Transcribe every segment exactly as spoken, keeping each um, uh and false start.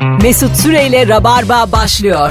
Mesut Süreyle Rabarba başlıyor.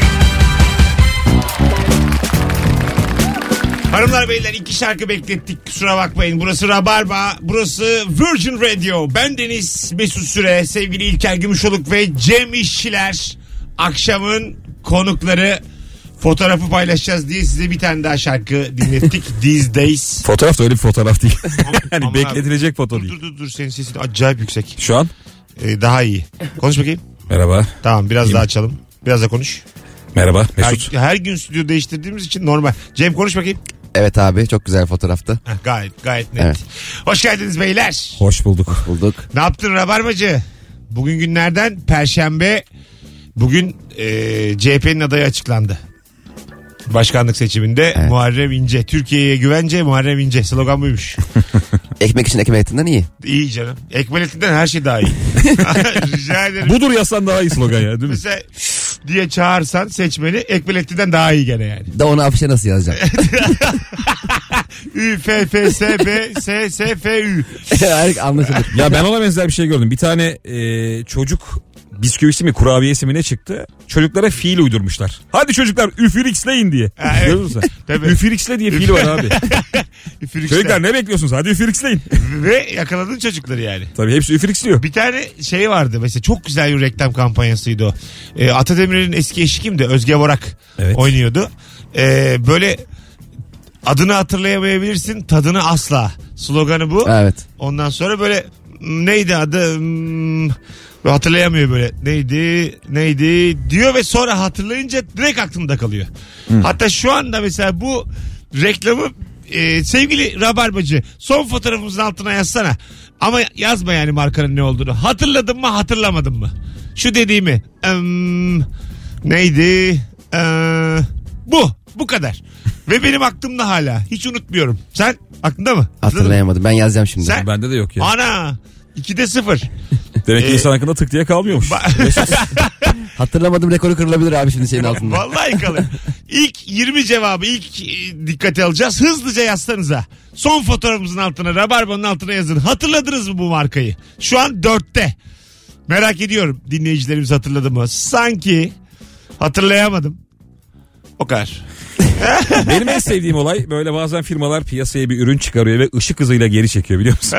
Hanımlar beyler iki şarkı beklettik, kusura bakmayın. Burası Rabarba, burası Virgin Radio. Ben Deniz Mesut Süre, sevgili İlker Gümüşoluk ve Cem İşçiler. Akşamın konukları, fotoğrafı paylaşacağız diye size bir tane daha şarkı dinlettik. These Days. Fotoğraf da öyle bir fotoğraf değil. Yani Ama bekletilecek abi, foto dur, değil. Dur dur dur senin sesin acayip yüksek. Şu an? Ee, daha iyi. Konuş bakayım. Merhaba. Tamam biraz İyi daha mi? açalım. Biraz da konuş. Merhaba Mesut. Her, her gün stüdyo değiştirdiğimiz için normal. Cem konuş bakayım. Evet abi, çok güzel fotoğraftı. Heh, gayet gayet net. Evet. Hoş geldiniz beyler. Hoş bulduk. Bulduk. Ne yaptın Rabarbacı? Bugün günlerden Perşembe. Bugün e, C H P'nin adayı açıklandı. Başkanlık seçiminde Evet. Muharrem İnce. Türkiye'ye güvence Muharrem İnce. Slogan buymuş. Ekmek için ekmek etinden iyi. İyi canım. Ekmeletinden her şey daha iyi. Rica ederim. Budur yazsan daha iyi slogan ya, değil mi? Mesela diye çağırsan seçmeni ekmeletinden daha iyi gene yani. Da onu afişe nasıl yazacağım? Ü, F, F, S, B, S, S, F, Ü. Anlaşılır. Ya ben ona benzer bir şey gördüm. Bir tane e, çocuk bisküvisi mi kurabiyesi mi ne çıktı? Çocuklara fiil uydurmuşlar. Hadi çocuklar üfürixleyin diye. Ha, evet. Görüyor musun? Tabii. Üfürixle diye fiil var abi. Üfürükler. Çocuklar ne bekliyorsunuz? Hadi üfürixleyin. Ve yakaladın çocukları yani. Tabii hepsi üfürixliyor. Bir tane şey vardı mesela, çok güzel bir reklam kampanyasıydı o. Ee, Atademir'in eski eşi kimdi? Özge Borak Evet. oynuyordu. Ee, böyle adını hatırlayamayabilirsin, tadını asla. Sloganı bu. Evet. Ondan sonra böyle neydi adı? Hmm, hatırlayamıyor böyle. Neydi? Neydi? Diyor ve sonra hatırlayınca direkt aklımda kalıyor. Hmm. Hatta şu anda mesela bu reklamı e, sevgili Rabarbacı son fotoğrafımızın altına yazsana. Ama yazma yani markanın ne olduğunu. Hatırladın mı, hatırlamadın mı? Şu dediğimi. Eee, neydi? Eee, bu. Bu kadar. Ve benim aklımda hala. Hiç unutmuyorum. Sen aklında mı? Hatırlayamadım. Ben yazacağım şimdi. Sen? Bende de yok ya. Ana. ikide sıfır. Demek ki Ee, insan hakkında tık diye kalmıyormuş. Hatırlamadım, rekoru kırılabilir abi şimdi senin altında. Vallahi kalın. İlk yirmi cevabı ilk e, dikkate alacağız. Hızlıca yazsanıza. Son fotoğrafımızın altına, Rabarba'nın altına yazın. Hatırladınız mı bu markayı? Şu an dörtte. Merak ediyorum dinleyicilerimiz hatırladı mı? Sanki hatırlayamadım. O kadar. Benim en sevdiğim olay, böyle bazen firmalar piyasaya bir ürün çıkarıyor ve ışık hızıyla geri çekiyor, biliyor musun?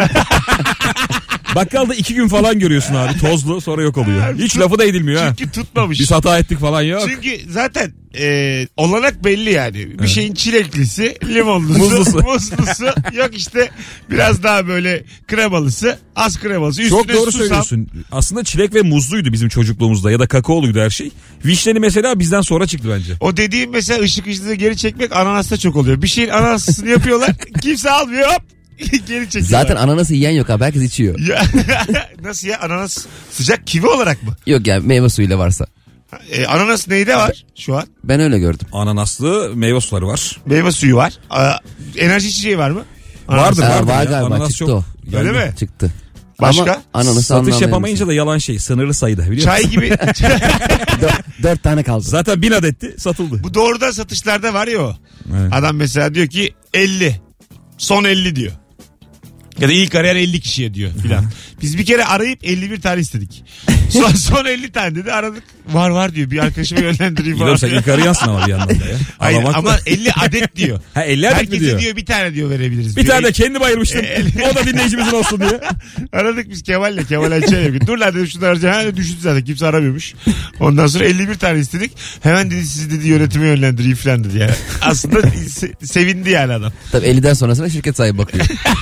Bakkalda iki gün falan görüyorsun abi, tozlu, sonra yok oluyor. Hiç lafı da edilmiyor ha. Çünkü tutmamış. Biz hata ettik falan yok. Çünkü zaten e, olanak belli yani. Bir evet. şeyin çileklisi, limonlusu, Muzlusu. muzlusu, yok işte biraz daha böyle kremalısı, az kremalısı. Üstüne Çok doğru susam. söylüyorsun. Aslında çilek ve muzluydu bizim çocukluğumuzda, ya da kakaoluydu her şey. Vişneli mesela bizden sonra çıktı bence. O dediğim mesela ışık hızını geri çekmek ananasta çok oluyor. Bir şeyin ananasını yapıyorlar, kimse almıyor, hop geri çekiyorlar. Zaten ananası yiyen yok abi, herkes içiyor. Ya, nasıl ya, ananas sıcak kivi olarak mı? Yok ya, meyve suyuyla varsa. E, ananas neyde var şu an? Ben öyle gördüm. Ananaslı meyve suları var. Meyve suyu var. Aa, enerji içeceği var mı? Vardır Aa, vardır var ya. galiba, Ananas çıktı çok o. Öyle geldi. mi? Çıktı. Başka? Ama ananası Satış anlamayan yapamayınca insan. da yalan şey, sınırlı sayıda, biliyor musun? Çay gibi. Dört, dört tane kaldı. Zaten bin adetti, satıldı. Bu doğrudan satışlarda var ya o. Evet. Adam mesela diyor ki elli. Son elli diyor. Ya da ilk arayan elli kişiye diyor filan. Biz bir kere arayıp elli bir tane istedik. Son, son elli tane dedi, aradık. Var var diyor, bir arkadaşıma yönlendireyim falan. Sen ilk arayansın ama bir yandan da ya. Hayır, Alamak ama da. elli adet diyor. Ha elli adet mi Herkese diyor? diyor bir tane diyor verebiliriz. Bir diyor. tane de kendim ayırmıştım. E, O da dinleyicimizin olsun diye. Aradık biz Kemal'le. Kemal Ayça'ya. Dur lan dedim, şunu arayacağım. Ha, düştü zaten, kimse aramıyormuş. Ondan sonra elli bir tane istedik. Hemen dedi sizi dedi yönetime yönlendireyim falan dedi yani. Aslında se- sevindi yani adam. Tabii elliden sonrasına şirket sahibi bakıyor.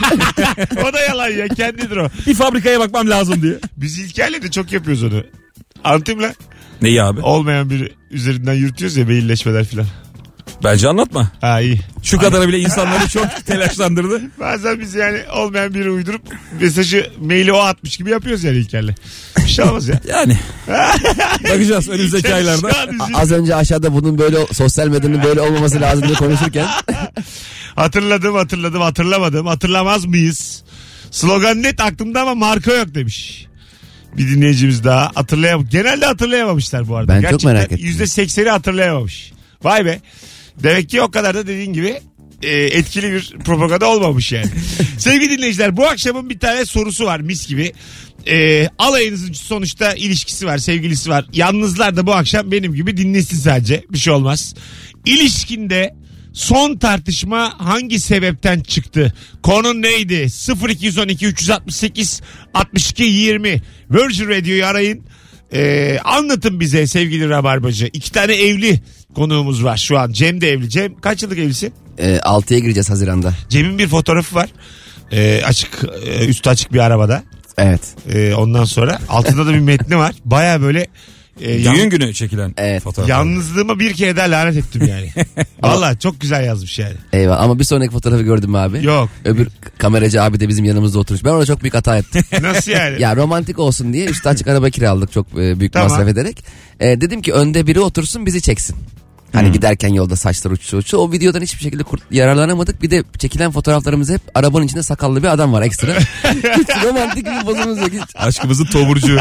O da yalan ya, kendidir o. Bir fabrikaya bakmam lazım diye. Biz İlker'le de çok yapıyoruz onu. Anlatayım lan. Neyi abi? Olmayan biri üzerinden yürütüyoruz ya, mailleşmeler falan. Bence anlatma. Ha iyi. Şu kadarı bile insanları çok telaşlandırdı. Bazen biz yani olmayan biri uydurup mesajı, maili o atmış gibi yapıyoruz yani İlker'le. Bir şey olmaz ya. Yani. Bakacağız önümüzdeki İlker aylarda. şu an üzüldü. Az önce aşağıda bunun böyle, sosyal medyanın böyle olmaması lazım diye konuşurken. Hatırladım hatırladım hatırlamadım. Hatırlamaz mıyız? Slogan net aklımda ama marka yok demiş. Bir dinleyicimiz daha hatırlayamamış. Genelde hatırlayamamışlar bu arada. Ben çok Gerçekten merak ettim. yüzde sekseni hatırlayamamış. Vay be. Demek ki o kadar da dediğin gibi e, etkili bir propaganda olmamış yani. Sevgili dinleyiciler, bu akşamın bir tane sorusu var mis gibi. e, alayınızın sonuçta ilişkisi var, sevgilisi var. Yalnızlar da bu akşam benim gibi dinlesin sadece. Bir şey olmaz. İlişkinde son tartışma hangi sebepten çıktı? Konu neydi? sıfır iki on iki üç altı sekiz altmış iki yirmi Virgin Radio'yu arayın. Ee, anlatın bize sevgili Rabarbacı. İki tane evli konuğumuz var şu an. Cem de evli. Cem kaç yıllık evlisin? E, altıya gireceğiz Haziran'da. Cem'in bir fotoğrafı var. Ee, açık, e, üstü açık bir arabada. Evet. Ee, ondan sonra altında da bir metni var. Baya böyle e, Düğün yan- günü çekilen Evet. fotoğraf. yalnızlığıma bir kere daha lanet ettim yani. Valla çok güzel yazmış yani. Eyvah, ama bir sonraki fotoğrafı gördün mü abi? Yok. Öbür kameracı abi de bizim yanımızda oturmuş. Ben orada çok büyük hata ettim. Nasıl yani? Ya romantik olsun diye üstü açık araba kiraladık çok e, büyük Tamam. masraf ederek. E, dedim ki önde biri otursun, bizi çeksin. Hani giderken yolda saçlar uçuşu uçuşu. O videodan hiçbir şekilde kurt- yararlanamadık. Bir de çekilen fotoğraflarımız hep arabanın içinde sakallı bir adam var ekstra. Hiç romantik bir pozumuz yok hiç. Aşkımızın tomurcuğu.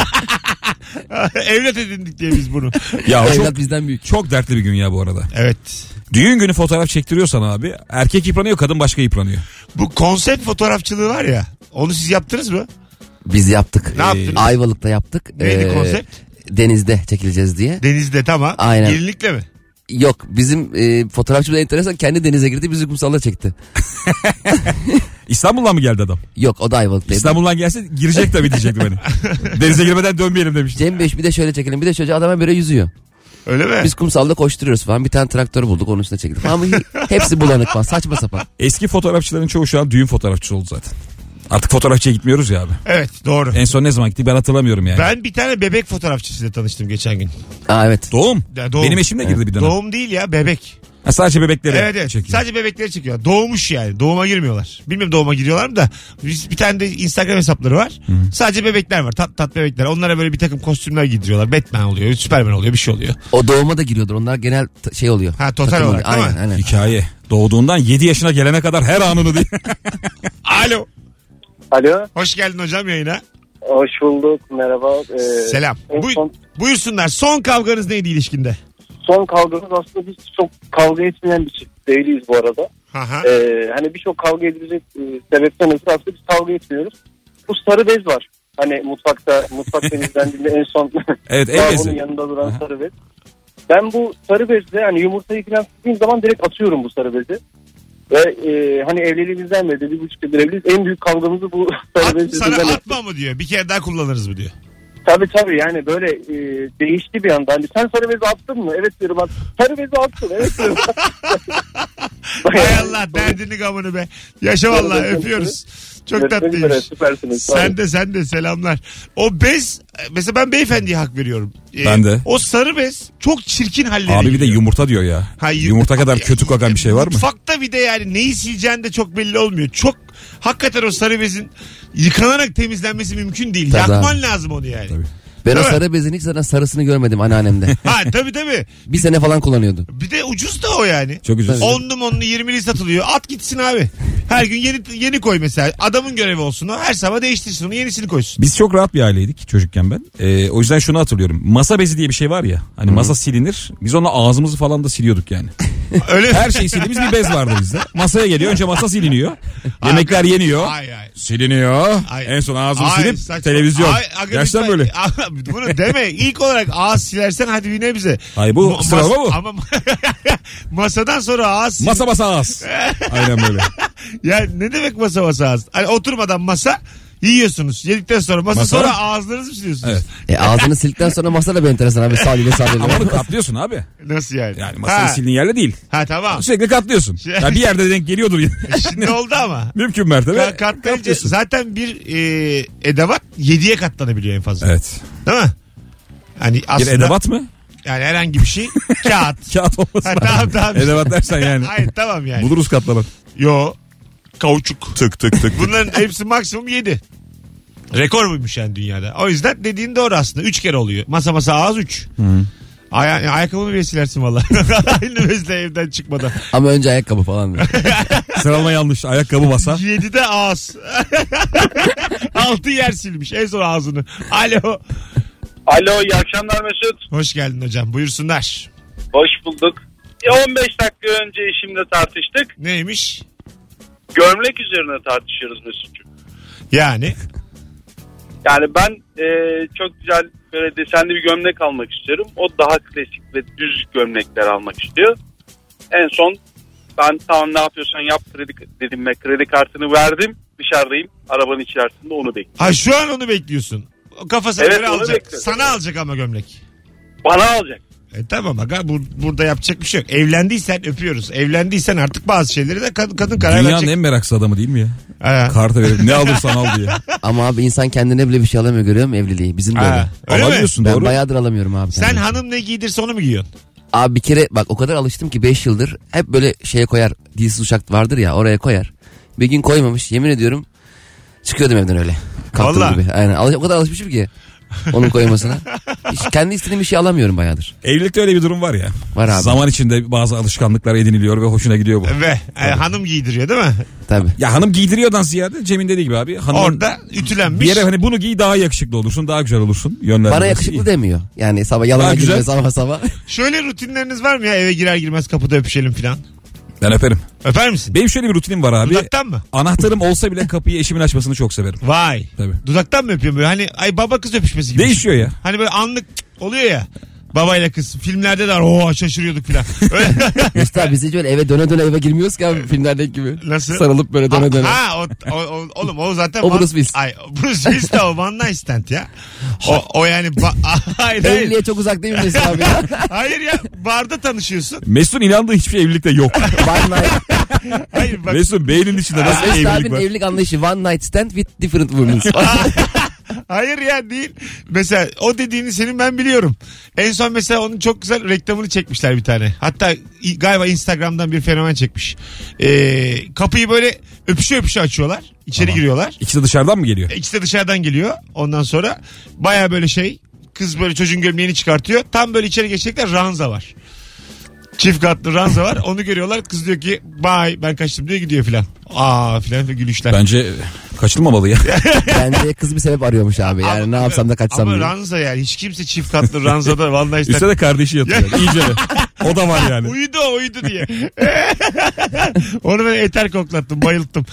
Evlat edindik diye biz bunu. Ya o Evlat çok, bizden büyük. çok dertli bir gün ya bu arada. Evet. Düğün günü fotoğraf çektiriyorsan abi erkek yıpranıyor, kadın başka yıpranıyor. Bu konsept fotoğrafçılığı var ya. Onu siz yaptınız mı? Biz yaptık. Ne yaptınız? Ayvalık'ta yaptık. Neydi Ee, konsept? Denizde çekileceğiz diye. Denizde tamam. Aynen. Gelinlikle mi? Yok, bizim e, fotoğrafçımız enteresan, kendi denize girdi, bizi kumsalda çekti. İstanbul'dan mı geldi adam? Yok, o da Ayvalık'taydı. İstanbul'dan gelse girecek tabii diyecektim hani. Denize girmeden dönmeyelim demiştim. Cem Bey bir de şöyle çekelim, bir de şöyle adama böyle yüzüyor. Öyle mi? Biz kumsalda koşturuyoruz falan, bir tane traktör bulduk, onun üstüne çektik. Ama hepsi bulanık falan, saçma sapan. Eski fotoğrafçıların çoğu şu an düğün fotoğrafçısı oldu zaten. Artık fotoğrafçıya gitmiyoruz ya abi. Evet doğru. En son ne zaman gittik ben hatırlamıyorum yani. Ben bir tane bebek fotoğrafçısıyla tanıştım geçen gün. Aa evet. Doğum. Ya, doğum. Benim eşim de girdi bir dönem. Doğum değil ya, bebek. Ha, sadece bebekleri Evet evet. çekiyor. Sadece bebekleri çekiyor. Doğmuş yani. Doğuma girmiyorlar. Bilmiyorum doğuma giriyorlar mı da. Biz, bir tane de Instagram hesapları var. Hı-hı. Sadece bebekler var. Tat tat bebekler. Onlara böyle bir takım kostümler giydiriyorlar. Batman oluyor. Superman oluyor. Bir şey oluyor. O doğuma da giriyordur. Onlar genel t- şey oluyor. Ha, total Takım olarak, oluyor. değil mi? Aynen aynen. Hikaye. Doğduğundan yedi yaşına gelene kadar her anını değil. Alo. Alo. Hoş geldin hocam yayına. Hoş bulduk. Merhaba. Ee, Selam. en Buy- son, buyursunlar. Son kavganız neydi ilişkinde? son kavgamız aslında biz çok kavga etmeyen bir çift değiliz bu arada. Aha. Ee, hani birçok kavga edilecek e, sebepten ötürü aslında biz kavga etmiyoruz. Bu sarı bez var. Hani mutfakta, mutfak temizlendiğinde en son Evet, el bezi. lavabonun yanında duran sarı bez. Ben bu sarı bezle hani yumurtayı falan sıktığım zaman direkt atıyorum bu sarı bezi. Ve e, hani evliliğimizden beri de bir buçuk yıldır evliyiz. En büyük kavgamızı bu sarı At, bez sana yüzünden atma mı diyor. Bir kere daha kullanırız mı diyor. Tabii tabii yani böyle e, değişti bir anda. Hani sen sarı bezi attın mı? Evet diyorum. At. Sarı bezi attın. Evet diyorum. Hay Allah derdini gamını be. Yaşa vallahi öpüyoruz. Çok tatlıymış. Süpersiniz. Sen de sen de selamlar. O bez mesela ben beyefendiye hak veriyorum. Ee, Ben de. O sarı bez çok çirkin hallere Abi bir de giriyor. yumurta diyor ya. Ha, yu- Yumurta kadar kötü kokan bir şey var mı? Mutfakta bir de yani neyi sileceğin de çok belli olmuyor. Çok hakikaten o sarı bezin yıkanarak temizlenmesi mümkün değil. Tabii Yakman abi. lazım onu yani. Tabii. Ben Değil o mi? sarı bezin hiç zaten sarısını görmedim anneannemde. Ha tabii tabii. Bir sene falan kullanıyordu. Bir de ucuz da o yani. Çok ucuz. Onlu monlu yirmili satılıyor. At gitsin abi. Her gün yeni yeni koy mesela. Adamın görevi olsun o. Her sabah değiştirsin onu, yenisini koysun. Biz çok rahat bir aileydik çocukken ben. Ee, o yüzden şunu hatırlıyorum. Masa bezi diye bir şey var ya. Hani Hı-hı. masa silinir. Biz onunla ağzımızı falan da siliyorduk yani. Öyle mi? Her şey sildiğimiz bir bez vardı bizde. Masaya geliyor. Önce masa siliniyor. Yemekler yeniyor. Ay ay. Siliniyor. Ay. En son ağzını Ay, silip saçma. televizyon. Ay, aga Gerçekten lütfen. böyle. Bunu deme. İlk olarak ağız silersen hadi bir nebze. Ay bu Ma- sıralama bu. Ama masadan sonra ağız sil. Masa masa ağız. Aynen böyle. Ya ne demek masa masa ağız? Hani oturmadan masa yiyorsunuz. Yedikten sonra masa, Masa? sonra ağızlarınızı mı siliyorsunuz? Evet. E, ağzını sildikten sonra masa da bir enteresan abi. Sağlıyla sağlıyla. Ama onu katlıyorsun abi. Nasıl yani? Yani masayı ha. sildiğin yerle değil. Ha tamam. Sürekli katlıyorsun. Ya bir yerde denk geliyordur. Şimdi oldu ama. Mümkün mertebe. Ka- katlayınca katlıyorsun. zaten bir e, edevat yediye katlanabiliyor en fazla. Evet. Değil mi? Hani Bir aslında edevat mı? yani herhangi bir şey kağıt. Kağıt olmasın. Ha, tamam tamam. Edevat dersen yani. Hayır tamam yani. Buluruz katlamak. Yo. Kauçuk. Tık tık tık. Bunların hepsi maksimum yedi. Rekor buymuş yani dünyada. O yüzden dediğin doğru aslında. Üç kere oluyor. Masa masa ağız üç. Ay ayakkabımı bile silersin valla. Aynı bezle evden çıkmadan. Ama önce ayakkabı falan. Sıralama yanlış. Ayakkabı basa. Yedide ağız. Altı yer silmiş. En son ağzını. Alo. Alo, iyi akşamlar Mesut. Hoş geldin hocam. Buyursunlar. Hoş bulduk. Ya on beş dakika önce eşimle tartıştık. Neymiş? Gömlek üzerine tartışıyoruz Mesut'cum. Yani. Yani ben e, çok güzel böyle desenli bir gömlek almak istiyorum. O daha klasik ve düz gömlekler almak istiyor. En son ben tamam ne yapıyorsan yap kredi dedim ve kredi kartını verdim. Dışarıdayım. Arabanın içerisinde onu bekliyorum. Ha şu an onu bekliyorsun. O kafasına Evet, göre onu alacak. bekliyorum. Sana alacak ama gömlek. Bana alacak. E tamam aga bur- burada yapacak bir şey yok. Evlendiysen öpüyoruz. Evlendiysen artık bazı şeyleri de kadın, kadın karar Dünyanın verecek. en meraksız adamı değil mi ya? Ha. Kartı verip ne alırsan al diye. Ama abi insan kendine bile bir şey alamıyor, görüyor musun evliliği? Bizim de öyle. Ha, öyle mi? Alamıyorsun Ben doğru. bayağıdır alamıyorum abi. Sen kendime. hanım ne giydirse onu mu giyiyorsun? Abi bir kere bak o kadar alıştım ki beş yıldır hep böyle şeye koyar. Dilsiz uçak vardır ya, oraya koyar. Bir gün koymamış, yemin ediyorum çıkıyordum evden öyle. Kalktığım Vallahi. gibi. Aynen. Alış- O kadar alışmışım ki onun koymasına. Hiç kendi istediğim bir şey alamıyorum bayağıdır. Evlilikte öyle bir durum var ya. Var abi. Zaman içinde bazı alışkanlıklar ediniliyor ve hoşuna gidiyor bu. Ve e, hanım giydiriyor değil mi? Tabii. Ya hanım giydiriyordan ziyade Cem'in dediği gibi abi. Hanımın Orada ütülenmiş. bir yere hani bunu giy daha yakışıklı olursun, daha güzel olursun. Yönlendirmesi Bana yakışıklı iyi. demiyor. Yani sabah yalana Daha güzel. girme sabah sabah. Şöyle rutinleriniz var mı ya, eve girer girmez kapıda öpüşelim falan? Ben öperim. Öper misin? Benim şöyle bir rutinim var abi. Dudaktan mı? Anahtarım olsa bile kapıyı eşimin açmasını çok severim. Vay. Tabii. Dudaktan mı öpüyorsun böyle? Hani ay baba kız öpüşmesi gibi. Değişiyor ya. Hani böyle anlık oluyor ya. Babayla kız. Filmlerde de var. Oo şaşırıyorduk falan. Öyle. Mesut abi biz hiç öyle eve döne döne eve girmiyoruz ki abi filmlerdeki gibi. Nasıl? Sarılıp böyle döne döne. Ha o, o, o- oğlum o zaten. O one- Bruce Willis. Ay Bruce Willis de o one night stand ya. O, o yani. Ba- hayır hayır. Evliliğe çok uzak değil mi Mesut abi? Hayır ya barda tanışıyorsun. Mesut'un inandığı hiçbir şey evlilikte yok. One night. Hayır bak. Mesut'un beynin içinde nasıl bir Mesut evlilik abinin var? evlilik anlayışı one night stand with different women. Hayır ya değil. Mesela o dediğini senin ben biliyorum. En son mesela onun çok güzel reklamını çekmişler bir tane. Hatta i- galiba Instagram'dan bir fenomen çekmiş. Ee, kapıyı böyle öpüşe öpüşe açıyorlar. İçeri Tamam. giriyorlar. İkisi de dışarıdan mı geliyor? İkisi de dışarıdan geliyor. Ondan sonra baya böyle şey, kız böyle çocuğun gömleğini çıkartıyor. Tam böyle içeri geçecekler, ranza var. Çift katlı ranza var. Onu görüyorlar. Kız diyor ki bye ben kaçtım diyor, gidiyor filan. Aa filan ve gülüşler. Bence kaçılmamalı ya. Bence kız bir sebep arıyormuş abi. Yani Ama- ne yapsam da kaçsam Ama diye. ranza yani. Hiç kimse çift katlı ranzada vallahi işte. Üstüne de kardeşi yatıyor. İyice de. O da var yani. Uyudu o uyudu diye. Onu ben eter koklattım, bayılttım.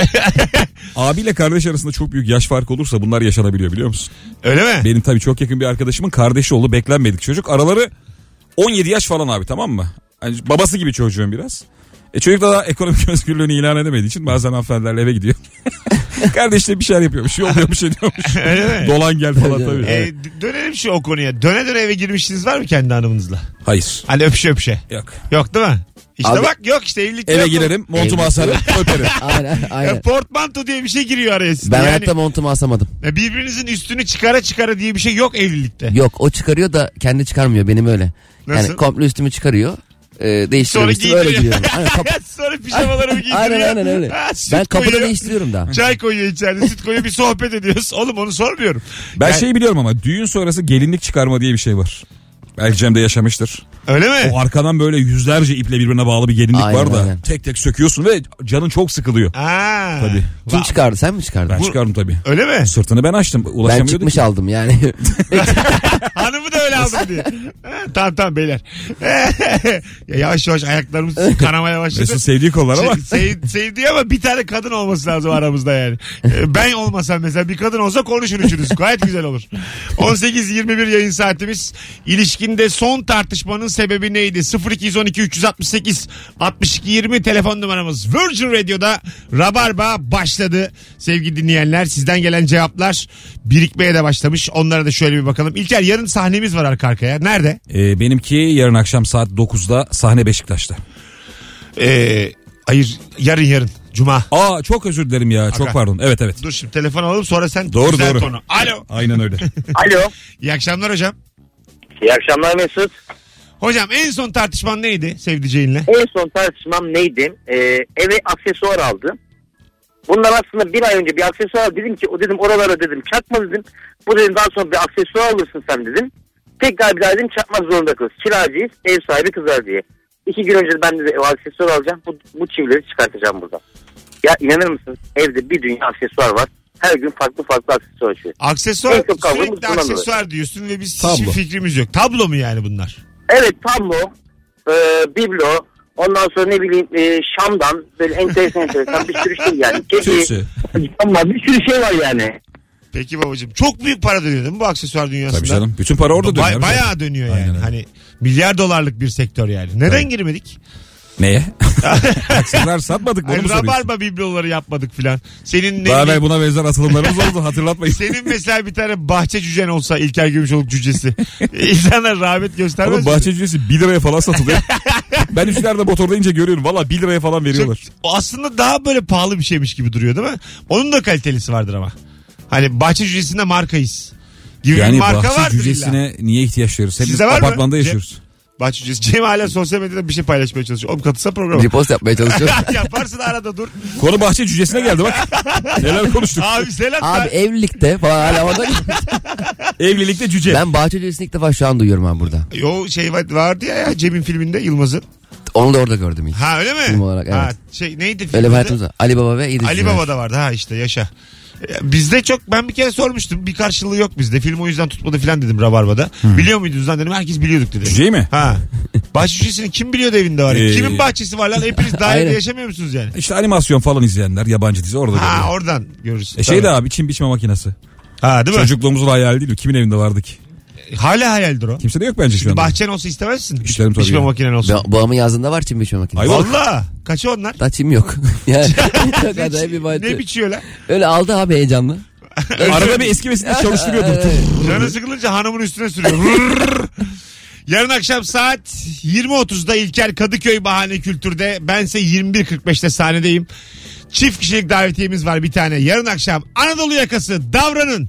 Abiyle kardeş arasında çok büyük yaş farkı olursa bunlar yaşanabiliyor biliyor musun? Öyle mi? Benim tabii çok yakın bir arkadaşımın kardeşi oldu, beklenmedik çocuk. Araları on yedi yaş falan abi, tamam mı? Yani babası gibi çocuğun biraz. E çocuk da daha ekonomik özgürlüğünü ilan edemediği için bazen hanımefendilerle eve gidiyor. Kardeş de bir şeyler yapıyormuş, yolluyormuş, ediyormuş. Öyle mi? Dolan gel falan tabii. E, d- dönelim şu o konuya. Döne döne eve girmişsiniz var mı kendi hanımınızla? Hayır. Hani öpüşe öpüşe. Yok. Yok değil mi? İşte Abi- bak yok işte evlilik. Eve yok. girerim, montumu Evlilik- asarım, öperim. Aynen aynen. E, portmanto diye bir şey giriyor araya sizin. Ben yani, hayatta montumu asamadım. e, birbirinizin üstünü çıkara çıkara diye bir şey yok evlilikte. Yok o çıkarıyor da kendi çıkarmıyor benim öyle. Nasıl? Yani komple üstümü çıkarıyor. E, değiştiriyorum Sonra üstümü öyle giydiriyor. giyiyorum. Aynen, kap- Sonra pijamalarımı giydiriyor. aynen aynen öyle. Ha, süt Ben kapıda koyuyor. değiştiriyorum daha. Çay koyuyor içeride, süt koyuyor, bir sohbet ediyoruz. Oğlum onu sormuyorum. Ben Yani- şeyi biliyorum ama düğün sonrası gelinlik çıkarma diye bir şey var. Belki Cem de yaşamıştır. Öyle mi? O arkadan böyle yüzlerce iple birbirine bağlı bir gelinlik Aynen, var da aynen. tek tek söküyorsun ve canın çok sıkılıyor. Aa. Tabii. Kim Va- çıkardı, sen mi çıkardın? Ben çıkardım tabii. Öyle mi? Sırtını ben açtım. Ben Ulaşamıyordum çıkmış ki. aldım yani. Hanımı da öyle aldım diye. Ha, tamam tamam beyler. Ya yavaş yavaş ayaklarımız kanamaya başladı. Mesut sevdiği kollar ama. Şey, sev, sevdiği ama bir tane kadın olması lazım aramızda yani. Ee, Ben olmasam mesela bir kadın olsa konuşun üçünüz. Gayet güzel olur. on sekiz yirmi bir yayın saatimiz. İlişkinde son tartışmanın sebebi neydi? sıfır iki on iki üç altı sekiz altmış iki yirmi telefon numaramız. Virgin Radio'da Rabarba başladı. Sevgili dinleyenler, sizden gelen cevaplar birikmeye de başlamış. Onlara da şöyle bir bakalım. İlker, yarın sahnemiz var arka arkaya. Nerede? Ee, benimki yarın akşam saat dokuzda sahne Beşiktaş'ta. Ee, hayır yarın yarın. Cuma. Aa çok özür dilerim ya. Çok Aga. pardon. Evet evet. Dur şimdi telefon alalım sonra sen Doğru, güzel doğru. konu. Alo. Aynen öyle. Alo. İyi akşamlar hocam. İyi akşamlar Mesut. Hocam en son tartışman neydi sevdiceğinle? En son tartışmam neydi? Ee, eve aksesuar aldı. Bundan aslında bir ay önce bir aksesuar dedim ki o dedim oralara dedim çakma dedim. Bu dedim daha sonra bir aksesuar alırsın sen dedim. Tekrar bir daha dedim çakmak zorunda kalırız. Kiracıyız, ev sahibi kızar diye. İki gün önce ben de o aksesuar alacağım. Bu, bu çivileri çıkartacağım buradan. Ya inanır mısın? Evde bir dünya aksesuar var. Her gün farklı farklı aksesuar açıyor. Aksesuar, En çok kavgamız sürekli bundan dolayı. aksesuar diyorsun ve biz Tablo. hiçbir fikrimiz yok. Tablo mu yani bunlar? Evet, tablo, e, biblo, ondan sonra ne bileyim e, Şam'dan böyle enteresan enteresan bir sürü şey yani. Kedi, Tütsü. camlar, bir sürü şey var yani. Peki babacığım. Çok büyük para dönüyor değil mi bu aksesuar dünyasında? Tabii canım. Bütün para orada dönüyor. Ba- bayağı dönüyor yani. Aynen öyle. Hani milyar dolarlık bir sektör yani. Neden Tabii. girmedik? Neye? Aksesuar satmadık bunu Hani mu soruyorsun? rabarba bibloları yapmadık filan. Senin ne Daha bileyim- evvel buna benzer atılımlarımız oldu, hatırlatmayın. Senin mesela bir tane bahçe cücen olsa İlker Gümüşoluk cücesi. İnsanlar rağbet göstermez. Oğlum mi? bahçe cücesi bir liraya falan satılıyor. Ben üçlerde motorda ince görüyorum. Valla bir liraya falan veriyorlar. Çok- o aslında daha böyle pahalı bir şeymiş gibi duruyor değil mi? Onun da kalitelisi vardır ama. Hani bahçe cücesinde markayız. Gibi bir Yani marka bahçe vardır illa. cücesine niye ihtiyaç duyuyoruz? Hepimiz Sizde var mı? apartmanda Cem- yaşıyoruz. Bahçe cücesi. Cem hala sosyal medyada bir şey paylaşmaya çalışıyor. Oğlum katılsa programa. Repost yapmaya çalışıyorum. Yaparsın arada dur. Konu bahçe cücesine geldi bak. Neler konuştuk. Abi selam. Abi evlilikte falan hala orada. Evlilikte cüce. Ben bahçeliysini ilk defa şu an duyuyorum abi burada. O şey vardı ya, ya Cem'in filminde Yılmaz'ın. Onu da orada gördüm ilk. Ha öyle mi? Film olarak, evet. Ha, şey neydi film Öyle bir adı? hayatımız var. Ali Baba ve İdris Ali Cüceler. Baba da vardı ha işte yaşa. Bizde çok, ben bir kere sormuştum, bir karşılığı yok bizde. Film o yüzden tutmadı falan dedim Rabarba'da. Biliyor muydunuz lan dedim, herkes biliyorduk dedi. Cüceyi mi? Ha. Bahçe cücesini kim biliyordu evinde var ya? Ee, Kimin bahçesi var lan? Hepiniz dairede Aynen. yaşamıyor musunuz yani? İşte animasyon falan izleyenler, yabancı dizi orada Ha görüyor. oradan görürsün. E şey de Tabii. abi, çim biçme makinesi. Ha değil mi? Çocukluğumuzun hayali değil mi? Kimin evinde vardı ki? Hala hayaldir o. Kimse de yok bence şu anda. Bahçen olsa istemezsin. İsterim tabii Biçme ya. makinen olsun. Ba- Babamın yazında var çim biçme makinesi. Ay, Valla. Kaçı onlar? Da çim yok. yani ne, acayip bir bahçe. ne biçiyor lan? Öyle aldı abi heyecanlı. Arada bir eski mesleği çalıştırıyordur. Canı sıkılınca hanımın üstüne sürüyor. Rrrr. Yarın akşam saat yirmi otuzda İlker Kadıköy Bahane Kültür'de. Bense yirmi bir kırk beşte sahnedeyim. Çift kişilik davetiyemiz var bir tane. Yarın akşam Anadolu yakası davranın.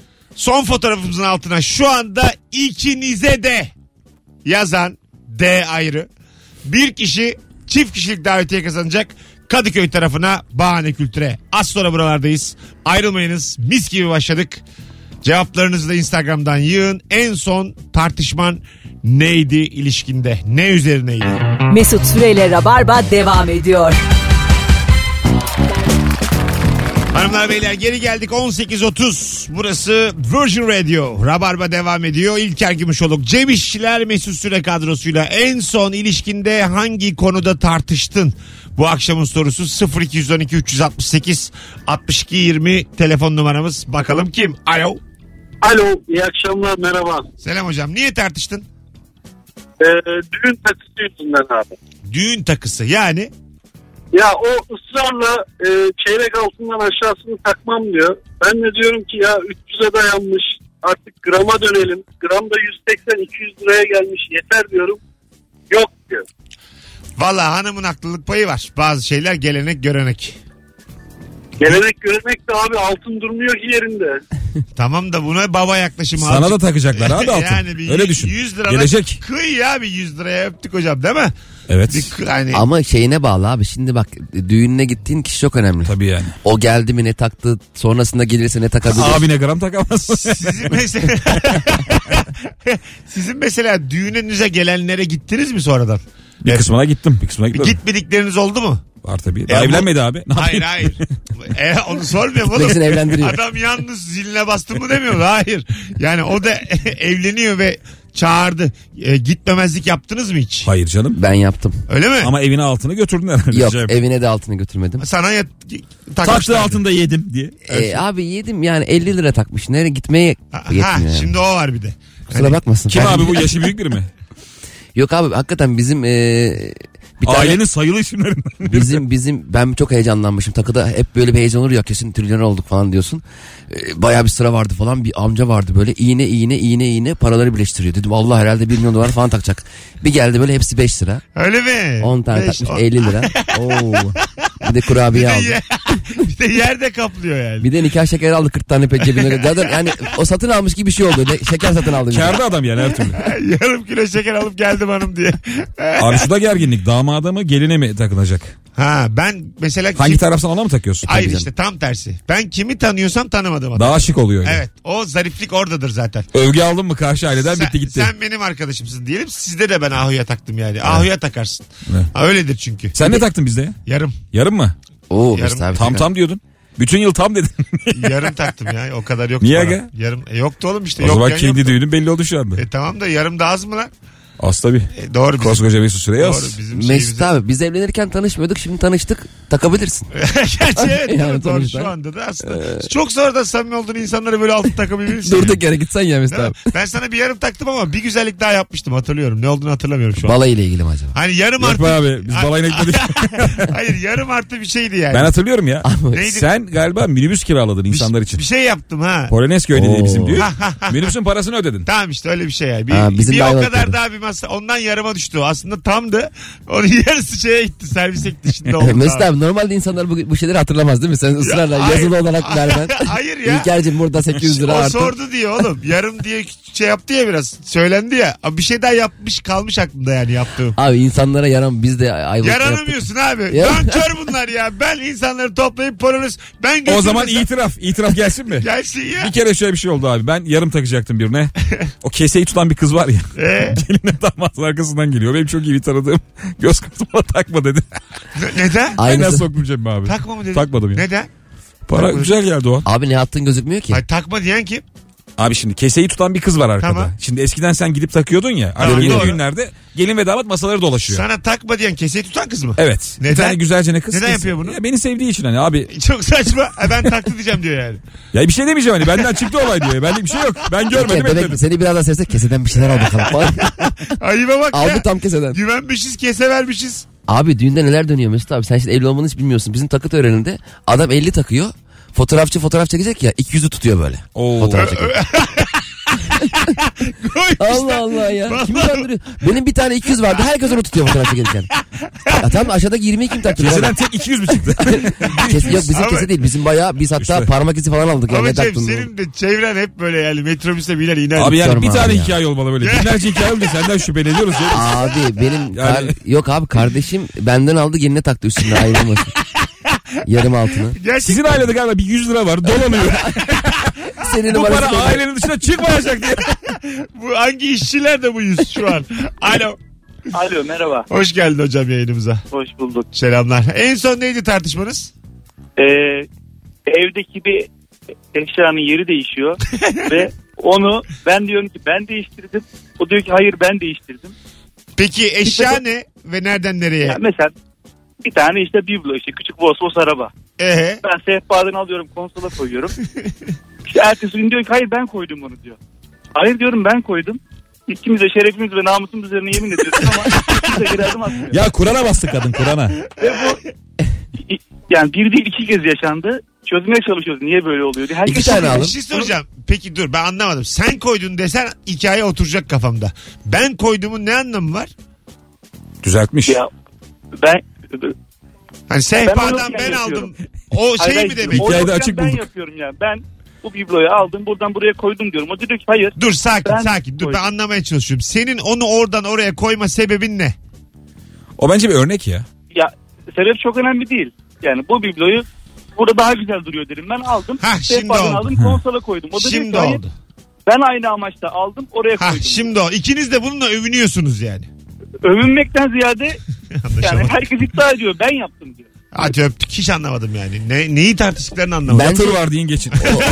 Son fotoğrafımızın altına şu anda ikinize de yazan D ayrı. Bir kişi çift kişilik davetiye kazanacak. Kadıköy tarafına Bahane Kültür'e. Az sonra buralardayız. Ayrılmayınız. Mis gibi başladık. Cevaplarınızı da Instagram'dan yığın. En son tartışman neydi ilişkinde? Ne üzerineydi? Mesut Süreyle Rabarba devam ediyor. Hanımlar beyler geri geldik. on sekiz otuz. Burası Virgin Radio. Rabarba devam ediyor. İlker Gümüşoluk, Cem İşçiler, Mesut Süre kadrosuyla en son ilişkinde hangi konuda tartıştın? Bu akşamın sorusu sıfır iki on iki üç altı sekiz altmış iki yirmi telefon numaramız. Bakalım kim? Alo. Alo, iyi akşamlar, merhaba. Selam hocam. Niye tartıştın? Ee, düğün takısı yüzünden abi. Düğün takısı yani. Ya o ısrarla e, çeyrek altından aşağısını takmam diyor. Ben de diyorum ki ya üç yüze dayanmış, artık grama dönelim. Gram da yüz seksen iki yüz liraya gelmiş, yeter diyorum. Yok diyor. Valla hanımın haklılık payı var. Bazı şeyler gelenek görenek. Gelenek görenek de abi altın durmuyor ki yerinde. Tamam da buna baba yaklaşımı. Sana azıcık- da takacaklar abi altın. Yani bir Öyle yüz- düşün. yüz lira Gelecek. kıy ya, bir yüz liraya öptük hocam değil mi? Evet. Bir kı- hani Ama şeyine bağlı abi. Şimdi bak düğününe gittiğin kişi çok önemli. Tabii yani. O geldi mi ne taktı, sonrasında gelirse ne takabilir. Abine gram takamaz. sizin mesela sizin mesela düğününüze gelenlere gittiniz mi sonradan? Bir Evet. kısmına gittim. Bir kısmına Bir gitmedim. Gitmedikleriniz oldu mu? Var tabii. Daha Ya bu- evlenmedi abi. Ne Hayır yapayım? hayır. E, onu sormuyorum oğlum. Gitmeksin, evlendiriyor. Adam yalnız ziline bastın mı demiyor. Hayır. Yani o da evleniyor ve çağırdı. E, gitmemezlik yaptınız mı hiç? Hayır canım. Ben yaptım. Öyle mi? Ama evine altını götürdün herhalde. Yok, Şey- evine de altını götürmedim. Sana yat, Taktığı takmışlardı. altında yedim diye. Ee, abi yedim yani elli lira takmış. Nereye gitmeye Ha, yetmiyor ha, yani. şimdi o var bir de. Kusura bakmasın. Kim Ben- abi bu, yaşı büyük biri mi? Yok abi hakikaten bizim ee, bir tane Ailenin sayılı isimlerinden biri. bizim bizim ben çok heyecanlanmışım. Takıda hep böyle bir heyecan olur ya, kesin trilyoner olduk falan diyorsun. Ee, bayağı bir sıra vardı falan, bir amca vardı böyle iğne iğne iğne iğne paraları birleştiriyor. Dedim Allah herhalde bir milyon dolar falan takacak. Bir geldi böyle hepsi beş lira. Öyle mi? on tane Beş, takmış on- elli lira. Oo. Bir de Bir kurabiye de, aldı. ye- bir de yerde kaplıyor yani. Bir de nikah şekeri aldı kırk tane pek cebine. Zaten yani o satın almış gibi bir şey oldu. Ne- Şeker satın aldı. bir de. Kârda adam yani her türlü. Yarım kilo şeker alıp geldim hanım diye. Abi şu da gerginlik. Damada mı geline mi takılacak? Ha ben mesela Hangi kim- taraftan ona mı takıyorsun? Hayır Tabii işte tam tersi. Ben kimi tanıyorsam tanımadım adam. Daha şık oluyor. Yani. Evet, o zariflik oradadır zaten. Övgü aldın mı karşı aileden Sen, bitti gitti. sen benim arkadaşımsın diyelim. Sizde de ben ahuya taktım yani. Ahuya takarsın. Evet. Ha, öyledir çünkü. Sen ne taktın bizde ya? Yarım. Yarım mı? Oo, Yarım- işte abi, Tam tekrar. tam diyordun. Bütün yıl tam dedin. Yarım taktım ya. O kadar yoktu Niye bana. aga? Yarım. E, yoktu oğlum işte. O zaman Yokken kendi yoktu. düğünün belli oldu şu anda. E tamam da yarım da az mı lan? Az tabii. E, doğru. Bizim, Koskoca Mesut Süre doğru yaz. bizim Mesut şeyimize- abi biz evlenirken tanışmıyorduk, şimdi tanıştık, takabilirsin. Gerçi evet Yani yani doğru sonuçta. şu anda da aslında. Çok sonradan samimi olduğun insanlara böyle altın takabilirsin. Durduk yere gitsen ya Mesut Değil abi. mi? Ben sana bir yarım taktım ama bir güzellik daha yapmıştım, hatırlıyorum. Ne olduğunu hatırlamıyorum şu an. Balayla ilgili mi acaba? Hani yarım Yok artı. be abi biz balayına gitmedik. Hayır, yarım artı bir şeydi yani. Ben hatırlıyorum ya. Neydi? Sen galiba minibüs kiraladın insanlar için. Bir şey yaptım ha. Polonezköy'de Oo. bizim diyor. Ha, ha, ha. Minibüsün parasını ödedin. Tamam işte öyle bir şey yani. Bir, Ha, bizim bir de o Ayvalık kadar tabii. daha bir masa. Ondan yarıma düştü o. Aslında tamdı. Onun yarısı şeye gitti. Servise gitti. Şimdi oldu. Mesut tamam. abi normalde insanlar bu, bu şeyleri hatırlamaz değil mi? Sen ısrarla hayır. yazılı olarak vermen. Hayır ya. İlker'cim burada sekiz yüz lira O artı. sordu diyor oğlum. Yarım diye şey yaptı ya biraz. Söylendi ya. Ama bir şey daha yapmış kalmış aklımda yani yaptığım. Abi insanlara yaran biz de Ayvalık'ta yaptık. Yaranamıyorsun abi. Ya. Nankör bunlar ya. Ben insanları toplayıp Polonez. Ben O götürmesem- zaman itiraf. İtiraf gelsin mi? Gelsin ya. Bir kere şöyle bir şey oldu abi. Ben yarım takacaktım birine. O keseyi tutan bir kız var ya. Ee? Geline damatın arkasından geliyor. Benim çok iyi bir tanıdığım. Göz kırpma takma dedi. Ne- Neden? Aynen Aynısı. sokmayacağım abi. Takma mı dedin? Takmadım ya. Neden? Para Takmadım. güzel geldi o. Abi ne yaptığın gözükmüyor ki. Hayır, takma diyen kim? Abi şimdi keseyi tutan bir kız var arkada. Tamam. Şimdi eskiden sen gidip takıyordun ya. Tamam, Hani yeni doğru. düğünlerde gelin ve damat masaları dolaşıyor. Sana takma diyen keseyi tutan kız mı? Evet. Neden? Bir tane güzelce ne kız. Neden kız. yapıyor bunu? Ya beni sevdiği için hani abi. Çok saçma. Ha, ben taktı diyeceğim diyor yani. Ya bir şey demeyeceğim hani benden çıktı olay diyor. Bende bir şey yok. Ben görmedim İlker, demek etmedim. seni biraz daha sevsek keseden bir şeyler al bakalım. Ayıba bak Aldı ya. tam keseden. Güvenmişiz, kese vermişiz. Abi düğünde neler dönüyor Mesut abi. Sen şimdi evli olmanı hiç bilmiyorsun. Bizim takı töreninde adam elli takıyor. Fotoğrafçı fotoğraf çekecek ya iki yüzü tutuyor böyle. Oo. Fotoğraf çekiyor. Koymuşlar. Allah Allah ya. Kimi Vallahi. kandırıyor? Benim bir tane iki yüz vardı. Herkes onu tutuyor fotoğraf çekilirken. Ya tamam aşağıdaki yirmiyi kim taktı? Keseden tek iki yüz mü çıktı? Kes, yok bizim Ama- kese değil. Bizim bayağı biz hatta İşte. parmak izi falan aldık. Ya, Ama ne Cem taktın? senin de çevren hep böyle yani metrobüste biner iner. Abi yani bir Sorma tane abi ya. hikaye olmalı böyle. Binlerce hikaye olunca senden şüpheleniyoruz ya. Abi benim Yani- kar- yok abi kardeşim benden aldı geline taktı üstünde ayrılmasın. Yarım altını. Gerçekten. Sizin ailede galiba bir yüz lira var dolanıyor. Senin Bu numarası para koydu. ailenin dışına çıkmayacak diye. Bu hangi işçiler de bu yüz şu an? Alo. Alo merhaba. Hoş geldin hocam yayınımıza. Hoş bulduk. Selamlar. En son neydi tartışmanız? Ee, evdeki bir eşyanın yeri değişiyor ve onu ben diyorum ki ben değiştirdim. O diyor ki hayır ben değiştirdim. Peki eşya ne ve nereden nereye? Yani mesela bir tane işte biblo işte küçük Volkswagen araba. Ee? Ben sehpadan alıyorum konsola koyuyorum. İşte ertesi gün diyor ki hayır ben koydum onu diyor. Hayır diyorum ben koydum. İkimiz de şerefimiz ve namusumuz üzerine yemin ediyoruz ama kimse geri adım atmıyor. Ya Kur'an'a bastı kadın Kur'an'a. Ve bu yani bir değil iki kez yaşandı. Çözmeye çalışıyoruz. Niye böyle oluyor diye. Herkes İki tane alın. Bir şey soracağım. Peki dur ben anlamadım. Sen koydun desen hikaye oturacak kafamda. Ben koyduğumun ne anlamı var? Düzeltmiş. Ya ben Hani sehpadan Ben ben, onu aldım. O şey hayır, mi demek? o Hikayede yokken açık ben bulduk. yapıyorum yani. Ben bu bibloyu aldım buradan buraya koydum diyorum. O diyor ki hayır. Dur sakin Ben sakin. Dur koydum. ben anlamaya çalışıyorum. Senin onu oradan oraya koyma sebebin ne? O bence bir örnek ya. Ya sebep çok önemli değil. Yani bu bibloyu burada daha güzel duruyor dedim. Ben aldım. Hah, şimdi sehpadan oldu. aldım konsola koydum. O da diyor Şimdi ki hayır. oldu. Ben aynı amaçla aldım oraya Ha koydum. şimdi o. İkiniz de bununla övünüyorsunuz yani. Övünmekten ziyade yani Anlaşamadım. herkes iddia ediyor ben yaptım diyor. Hadi öptük. Hiç anlamadım yani. Ne, neyi tartıştıklarını anlamadım. Bence- Yatır var deyin geçin.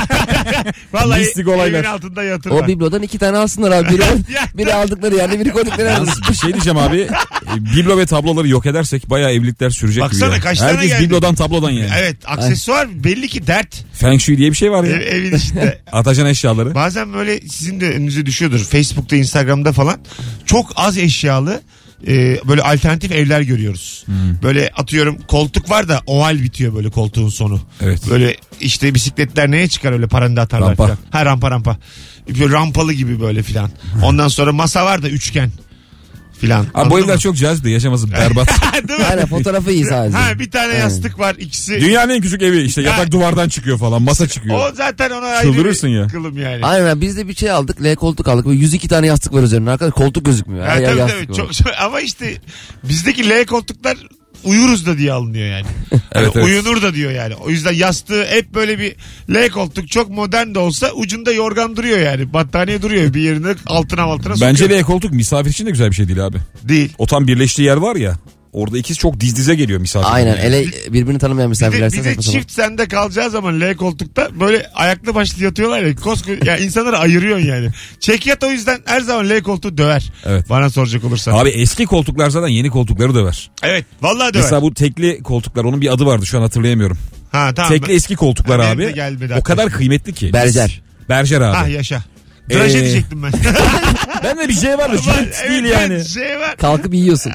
Vallahi mistik olaylar. evin altında yatır O var. biblodan iki tane alsınlar abi. Biri, biri aldıkları yerde biri koydukları yerde. Yalnız bir şey diyeceğim abi. E, Biblo ve tabloları yok edersek bayağı evlilikler sürecek Baksana gibi ya. kaç tane Herkes geldi. biblodan tablodan yani. Evet aksesuar belli ki dert. Feng Shui diye bir şey var ya. Ev, evin içinde. Atacan eşyaları. Bazen böyle sizin de önünüze düşüyordur. Facebook'ta, Instagram'da falan. Çok az eşyalı e, böyle alternatif evler görüyoruz. Hmm. Böyle atıyorum koltuk var da oval bitiyor böyle koltuğun sonu. Evet. Böyle işte bisikletler neye çıkar öyle paranda atarlar Rampa. falan. Ha rampa rampa. Böyle rampalı gibi böyle filan. Ondan sonra masa var da üçgen filan. Abi bu Anladın evler mı? çok cazip de yaşaması berbat. Değil mi? Aynen fotoğrafı iyi sadece. Ha bir tane Aynen. yastık var ikisi. Dünyanın en küçük evi işte yatak Ha. duvardan çıkıyor falan masa çıkıyor. O zaten ona ayrı Çıldırırsın bir ya. kılım yani. Aynen biz de bir şey aldık. L koltuk aldık. Böyle yüz iki tane yastık var üzerine. Arkadaş koltuk gözükmüyor. Ha, Her yer tabii, yastık tabii. var. Çok, çok- ama işte bizdeki L koltuklar uyuruz da diye alınıyor yani. Hani Evet, evet. Uyunur da diyor yani. O yüzden yastığı hep böyle bir L koltuk çok modern de olsa ucunda yorgan duruyor yani. Battaniye duruyor bir yerine altına altına Bence sokuyor. L koltuk misafir için de güzel bir şey değil abi. Değil. O tam birleştiği yer var ya. Orada ikisi çok diz dize geliyor misafir. Aynen yani. ele birbirini tanımayan Bir de, misafirlerse. bir de çift sende kalacağı zaman L koltukta böyle ayaklı başlı yatıyorlar ya. Koskoca, ya insanları ayırıyorsun yani. Çekyat o yüzden her zaman L koltuğu döver. Evet. Bana soracak olursan. Abi eski koltuklar zaten yeni koltukları döver. Evet vallahi döver. Mesela bu tekli koltuklar, onun bir adı vardı, şu an hatırlayamıyorum. Ha tamam. Tekli eski koltuklar Benim de abi. gelmedi O kadar aklıma. kıymetli ki. Berjer. Berjer abi. Ha yaşa. Draje Ee, diyecektim ben. Ben de bir şey var da Ama cüret değil evet, yani. evet, şey var. Kalkıp yiyorsun.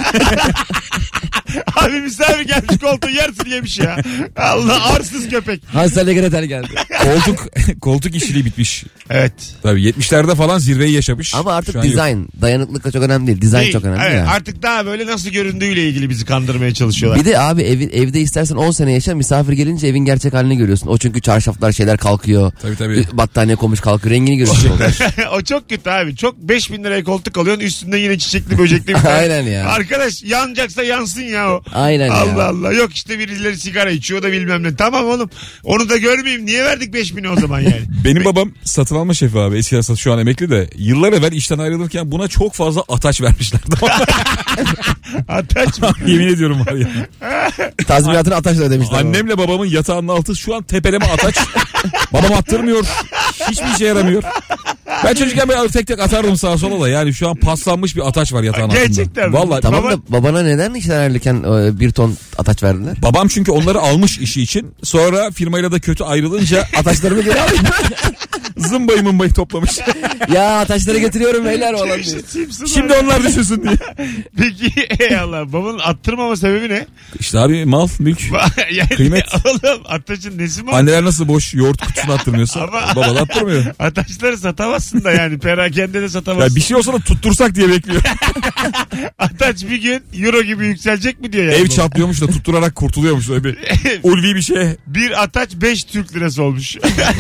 Abi misafir gelmiş koltuğu yersin yemiş ya. Allah arsız köpek. Hansel Gretel geldi. Koltuk koltuk işçiliği bitmiş. Evet. Tabii yetmişlerde falan zirveyi yaşamış. Ama artık Şu an yok. dizayn. Dayanıklık da çok önemli değil. Dizayn Değil. çok önemli Evet, ya. artık daha böyle nasıl göründüğüyle ilgili bizi kandırmaya çalışıyorlar. Bir de abi evi, evde istersen on sene yaşa, misafir gelince evin gerçek halini görüyorsun. O çünkü çarşaflar şeyler kalkıyor. Tabii tabii. Battaniye koymuş kalkıyor. Rengini görüyorsun. O çok kötü abi. Çok beş bin liraya koltuk alıyorsun, üstünde yine çiçekli böcekli bir tane. Aynen ya. Arkadaş yanacaksa yansın ya o. Aynen ya. Allah Allah. Yok işte birileri sigara içiyor da bilmem ne. Tamam oğlum. Onu da görmeyeyim. Niye verdik beş bini o zaman yani? Benim babam satın alma şefi abi. Eskiden sat, şu an emekli de. Yıllar evvel işten ayrılırken buna çok fazla ataç vermişlerdi. Ataç mı? Yemin ediyorum var ya. Tazminatını ataşla ödemişler. Annemle babamın yatağının altı şu an tepeleme ataç. Babam attırmıyor. Hiçbir işe yaramıyor. Ben çocukken böyle tek tek atardım sağa sola da. Yani şu an paslanmış bir ataç var yatağın altında. Gerçekten mi? Vallahi. Tamam Baba- da babana neden işten ayrılırken e, bir ton ataç verdiler? Babam çünkü onları almış işi için. Sonra firmayla da kötü ayrılınca Ataşlarımı geri alayım. zımbayı mımbayı toplamış. Ya ataşları getiriyorum beyler falan diyor. İşte Simpson Şimdi var. onlar düşünsün diye. Peki eyvallah. Babanın attırmama sebebi ne? İşte abi mal, mülk. yani, Kıymet. Oğlum Ataç'ın nesi mi? Anneler nasıl boş yoğurt kutusunu attırmıyorsa Ama- baba da attırmıyor. Ataçları satamazsın da yani. Perakende de Ya satamazsın. bir şey olsa da tuttursak diye bekliyor. Ataç bir gün euro gibi yükselecek mi diyor yani. Ev baba. çatlıyormuş da tutturarak kurtuluyormuş. Öyle bir ulvi bir şey. Bir ataç beş Türk lirası olmuş.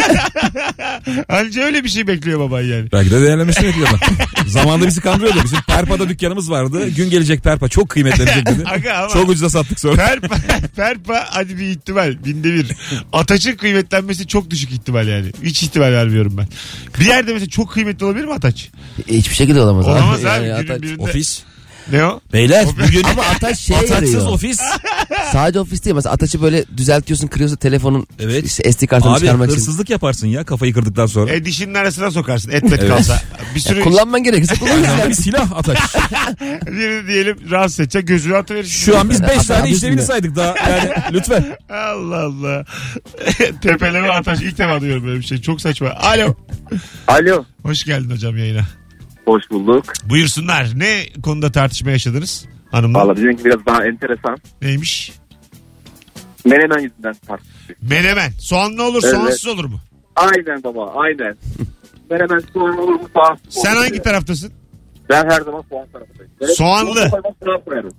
Anca öyle bir şey bekliyor baban yani. Belki de değerlemesini yapıyor adam. Zamanında bizi kandırıyordu. Bizim Perpa'da dükkanımız vardı. Gün gelecek Perpa çok kıymetlenecek dedi. Aga ama- Çok ucuza sattık sonra. Perpa, perpa hadi bir ihtimal. Binde bir. Ataç'ın kıymetlenmesi çok düşük ihtimal yani. Hiç ihtimal vermiyorum ben. Bir yerde mesela çok kıymetli olabilir mi Ataç? E, hiçbir şekilde olamaz. Olamaz Yani abi. Günün ataç- birinde. Ofis. Ne o? Beyler bugün Ama ataç şeye ataçsız yarıyor. ofis. Sadece ofis değil. Mesela ataçı böyle düzeltiyorsun, kırıyorsun telefonun Evet. işte S D kartını Abi çıkarmak için. hırsızlık yaparsın ya kafayı kırdıktan sonra. E dişinin arasına sokarsın. Et met Evet. kalsa. Bir sürü Kullanman gerekirse kullanırsın. Yani bir silah ataç. birini diyelim rahatsız edecek gözünü atıverirsin. Şu an biz beş Ataç tane biz işlevini bile. saydık daha. Yani lütfen. Allah Allah. Tepeleme Ataç. İlk defa duyuyorum böyle bir şey. Çok saçma. Alo. Alo. Hoş geldin hocam yayına. Hoş bulduk. Buyursunlar. Ne konuda tartışma yaşadınız hanımla? Valla bizimki biraz daha enteresan. Neymiş? Menemen yüzünden tartıştık. Menemen. Soğanlı olur, Evet. soğansız olur mu? Aynen baba aynen. Menemen soğan olur mu soğan? Sen hangi taraftasın? Ben her zaman soğan tarafındayım. Ben Soğanlı. soğan koymam, soğan koyarım.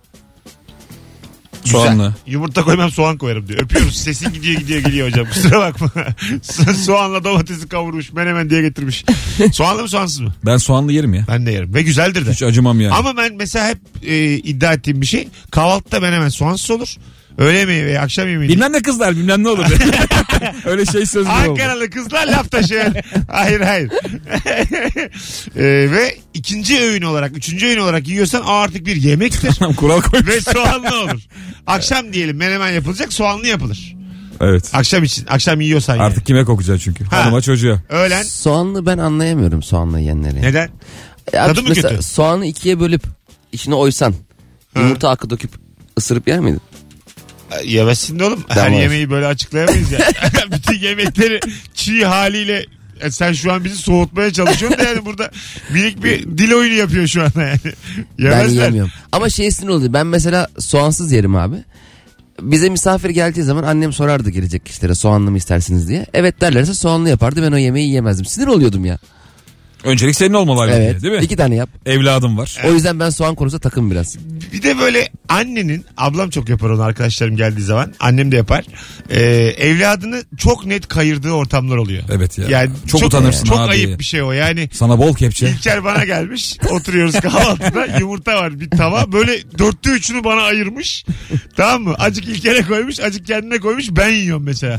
Soğanlı. Yumurta koymam soğan koyarım diyor. Öpüyoruz. Sesin gidiyor gidiyor geliyor hocam. Kusura bakma. Soğanla domatesi kavurmuş. Menemen diye getirmiş. Soğanlı mı soğansız mı? Ben soğanlı yerim ya. Ben de yerim. Ve güzeldir de. Hiç acımam yani. Ama ben mesela hep e, iddia ettiğim bir şey. Kahvaltıda menemen soğansız olur. Öğle yemeği veya akşam yemeği. Bilmem ne kızlar bilmem ne olur. Öyle şey sözlü oldu. Ankaralı kızlar laf taşıyan. Hayır hayır. E, ve ikinci öğün olarak, üçüncü öğün olarak yiyorsan o artık bir yemektir. Kural koymuş. Ve soğanlı olur. Akşam diyelim menemen yapılacak, soğanlı yapılır. Evet. Akşam için. Akşam yiyorsan yani. Artık kime kokacaksın çünkü? Ha. Hanıma çocuğa. Öğlen. Soğanlı ben anlayamıyorum soğanlı yiyenleri. Neden? E abi Tadı mı mesela kötü? soğanı ikiye bölüp içine oysan yumurta hakkı döküp ısırıp yer miydin? Yemezsin de oğlum. Her Tamam. yemeği böyle açıklayamayız ya. Bütün yemekleri çiğ haliyle e, sen şu an bizi soğutmaya çalışıyorsun da yani burada minik bir dil oyunu yapıyor şu anda yani. Ben Yemezler. yiyemiyorum. Ama şey sinir oluyor. Ben mesela soğansız yerim abi. Bize misafir geldiği zaman annem sorardı gelecek kişilere soğanlı mı istersiniz diye. Evet derlerse soğanlı yapardı. Ben o yemeği yiyemezdim. Sinir oluyordum ya. Öncelik senin olmalı Evet. değil mi? İki tane yap. Evladım var. O yüzden ben soğan konusunda takım biraz. Bir de böyle annenin, ablam çok yapar onu arkadaşlarım geldiği zaman. Annem de yapar. Ee, evladını çok net kayırdığı ortamlar oluyor. Evet ya. Yani çok, utanırsın Çok abi. ayıp bir şey o yani. Sana bol kepçe. İlker bana gelmiş. Oturuyoruz kahvaltıda. Yumurta var bir tava. Böyle dörtte üçünü bana ayırmış. Tamam mı? Acık İlker'e koymuş. Acık kendine koymuş. Ben yiyorum mesela.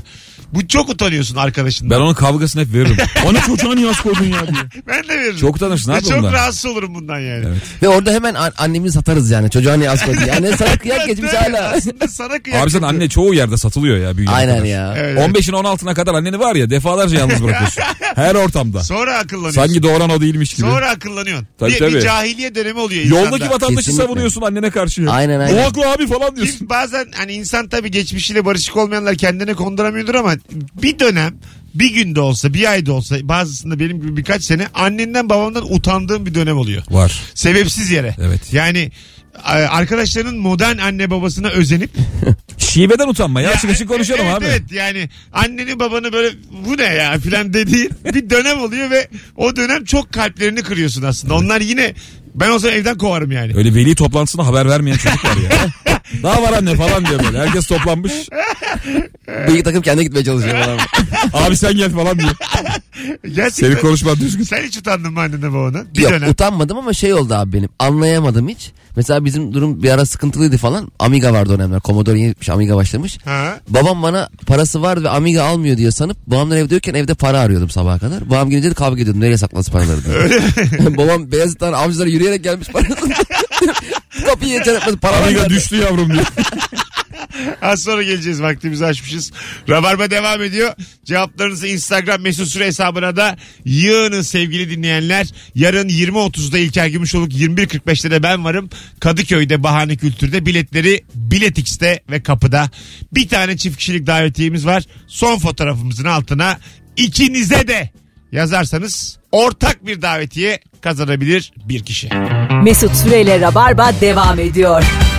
Bu çok utanıyorsun arkadaşından. Ben onun kavgasını hep veririm. Ona çocuğa niye az koydun ya diye. Ben de veririm. Çok utanırsın Ve abi çok ondan. rahatsız olurum bundan yani. Evet. Ve orada hemen an- annemizi satarız yani. Çocuğa niye az koydu? Yani sana kıyak geçmiş hala. Aslında sana kıyak Abi sen geçiyor. anne çoğu yerde satılıyor ya. büyüyene Aynen kadar. ya. Evet. on beşin on altına kadar anneni var ya defalarca yalnız bırakıyorsun. Her ortamda. Sonra akıllanıyorsun. Sanki doğuran o değilmiş gibi. Sonra akıllanıyorsun. Tabii, bir, tabii. bir cahiliye dönemi oluyor insanda. Yoldaki vatandaşı Kesinlikle. savunuyorsun annene karşı. Ya. Aynen, aynen. O haklı abi falan diyorsun. Kim bazen hani insan tabii geçmişiyle barışık olmayanlar kendine konduramıyordur ama bir dönem bir günde olsa bir ayda olsa bazısında benim gibi birkaç sene annenden babamdan utandığım bir dönem oluyor. Var. Sebepsiz yere. Evet. Yani arkadaşlarının modern anne babasına özenip Şiveden utanma ya. Açık açık konuşalım evet, abi. Evet yani anneni babanı böyle bu ne ya filan dediğin bir dönem oluyor ve o dönem çok kalplerini kırıyorsun aslında. Onlar yine ben o zaman evden kovarım yani. Öyle veli toplantısına haber vermeyen çocuk var ya. Daha var anne falan diyor böyle. Herkes toplanmış. Bir takım kendine gitmeye çalışıyor falan. Abi sen gel falan diyor. Gerçekten. Senin konuşman düzgün. Sen hiç utandın mı annene babana? Bir Yok dönem. utanmadım ama şey oldu abi benim. Anlayamadım hiç. Mesela bizim durum bir ara sıkıntılıydı falan. Amiga vardı o dönemler. Commodore yeni gitmiş, Amiga başlamış. Ha. Babam bana parası var ve Amiga almıyor diye sanıp babamlar evde yokken evde para arıyordum sabaha kadar. Babam gelince de kavga ediyordum. Nereye saklasın paraları diye. Babam Beyazıt'tan amcalara yürüyerek gelmiş parasını. Kapıyı çarpmadı. Para Amiga var. düştü yavrum diyor. Az sonra geleceğiz, vaktimizi aşmışız. Rabarba devam ediyor. Cevaplarınızı Instagram mesut süre hesabına da yığınız sevgili dinleyenler. Yarın yirmi otuzda İlker Gümüşoluk, yirmi bir kırk beşte de ben varım. Kadıköy'de Bahane Kültür'de, biletleri Bilet X'te ve kapıda. Bir tane çift kişilik davetiyemiz var. Son fotoğrafımızın altına ikinize de yazarsanız ortak bir davetiye kazanabilir bir kişi. Mesut Süreyle Rabarba devam ediyor.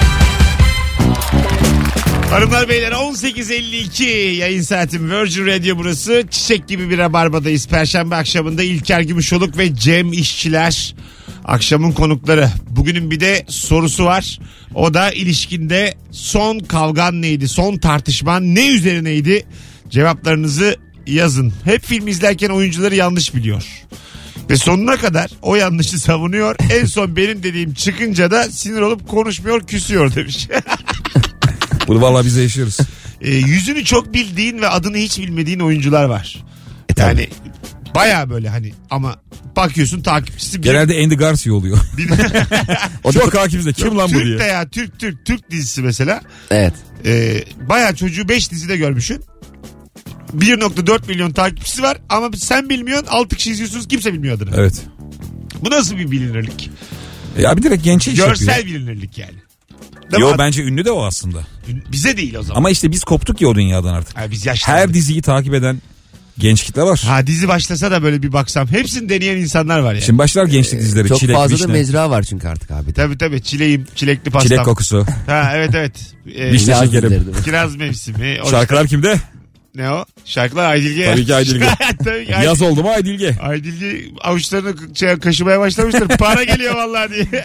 Hanımlar beyler on sekiz elli iki yayın saatim Virgin Radio burası. Çiçek gibi bir rabarbadayız. Perşembe akşamında İlker Gümüşoluk ve Cem İşçiler akşamın konukları. Bugünün bir de sorusu var. O da ilişkinde son kavgan neydi? Son tartışman ne üzerineydi? Cevaplarınızı yazın. Hep film izlerken oyuncuları yanlış biliyor. Ve sonuna kadar o yanlışı savunuyor. En son benim dediğim çıkınca da sinir olup konuşmuyor, küsüyor demiş. Bunu vallahi biz de yaşıyoruz. E, yüzünü çok bildiğin ve adını hiç bilmediğin oyuncular var. Yani baya böyle hani ama bakıyorsun takipçisi. Bir, Genelde Andy Garcia oluyor. bir, O çok hakimizde. Kim lan bu Türk de diye. ya Türk Türk Türk dizisi mesela. Evet. E, baya çocuğu beş dizide görmüşsün. bir nokta dört milyon takipçisi var ama sen bilmiyorsun, altı kişi izliyorsunuz, kimse bilmiyor adını. Evet. Bu nasıl bir bilinirlik? Ya bir direkt genç iş Görsel yapıyor. bilinirlik yani. Değil Yo mi? bence ünlü de o aslında. Bize değil o zaman. Ama işte biz koptuk ya o dünyadan artık. Ha, biz yaşlandık. Her diziyi takip eden genç kitle var. Ha, dizi başlasa da böyle bir baksam. Hepsini deneyen insanlar var yani. Şimdi başlar gençlik dizileri. Çok Çilek, fazla vişne, da mecra var çünkü artık abi. Tabii tabii, çileğim, çilekli pastam. çilek kokusu. Ha evet evet. Ee, Vişne Yaz şekerim. dizileri değil mi? kiraz mevsimi. O Şarkılar kimde? Ne o? Şarkılar Aydilge. Tabii ki Aydilge. Tabii ki Aydilge. Yaz oldu mu Aydilge? Aydilge avuçlarını şey, kaşımaya başlamıştır. Para geliyor vallahi diye.